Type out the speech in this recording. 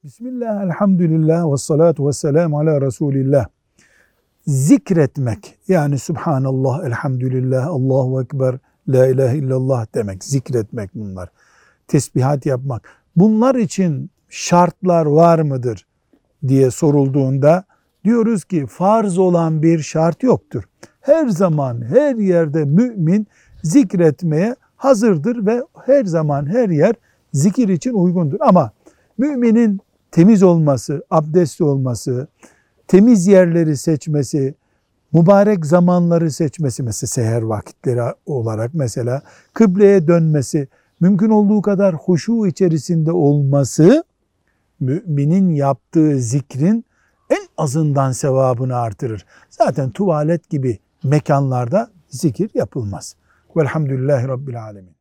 Bismillah, elhamdülillah, ve salatu ve selamu ala Resulillah. Zikretmek, yani Subhanallah, elhamdülillah, Allahu Ekber, La ilahe illallah demek, zikretmek bunlar. Tesbihat yapmak. Bunlar için şartlar var mıdır diye sorulduğunda diyoruz ki farz olan bir şart yoktur. Her zaman, her yerde mümin zikretmeye hazırdır ve her zaman, her yer zikir için uygundur. Ama müminin temiz olması, abdestli olması, temiz yerleri seçmesi, mübarek zamanları seçmesi, mesela seher vakitleri olarak mesela kıbleye dönmesi, mümkün olduğu kadar huşu içerisinde olması, müminin yaptığı zikrin en azından sevabını artırır. Zaten tuvalet gibi mekanlarda zikir yapılmaz. Velhamdülillahi Rabbil Alemin.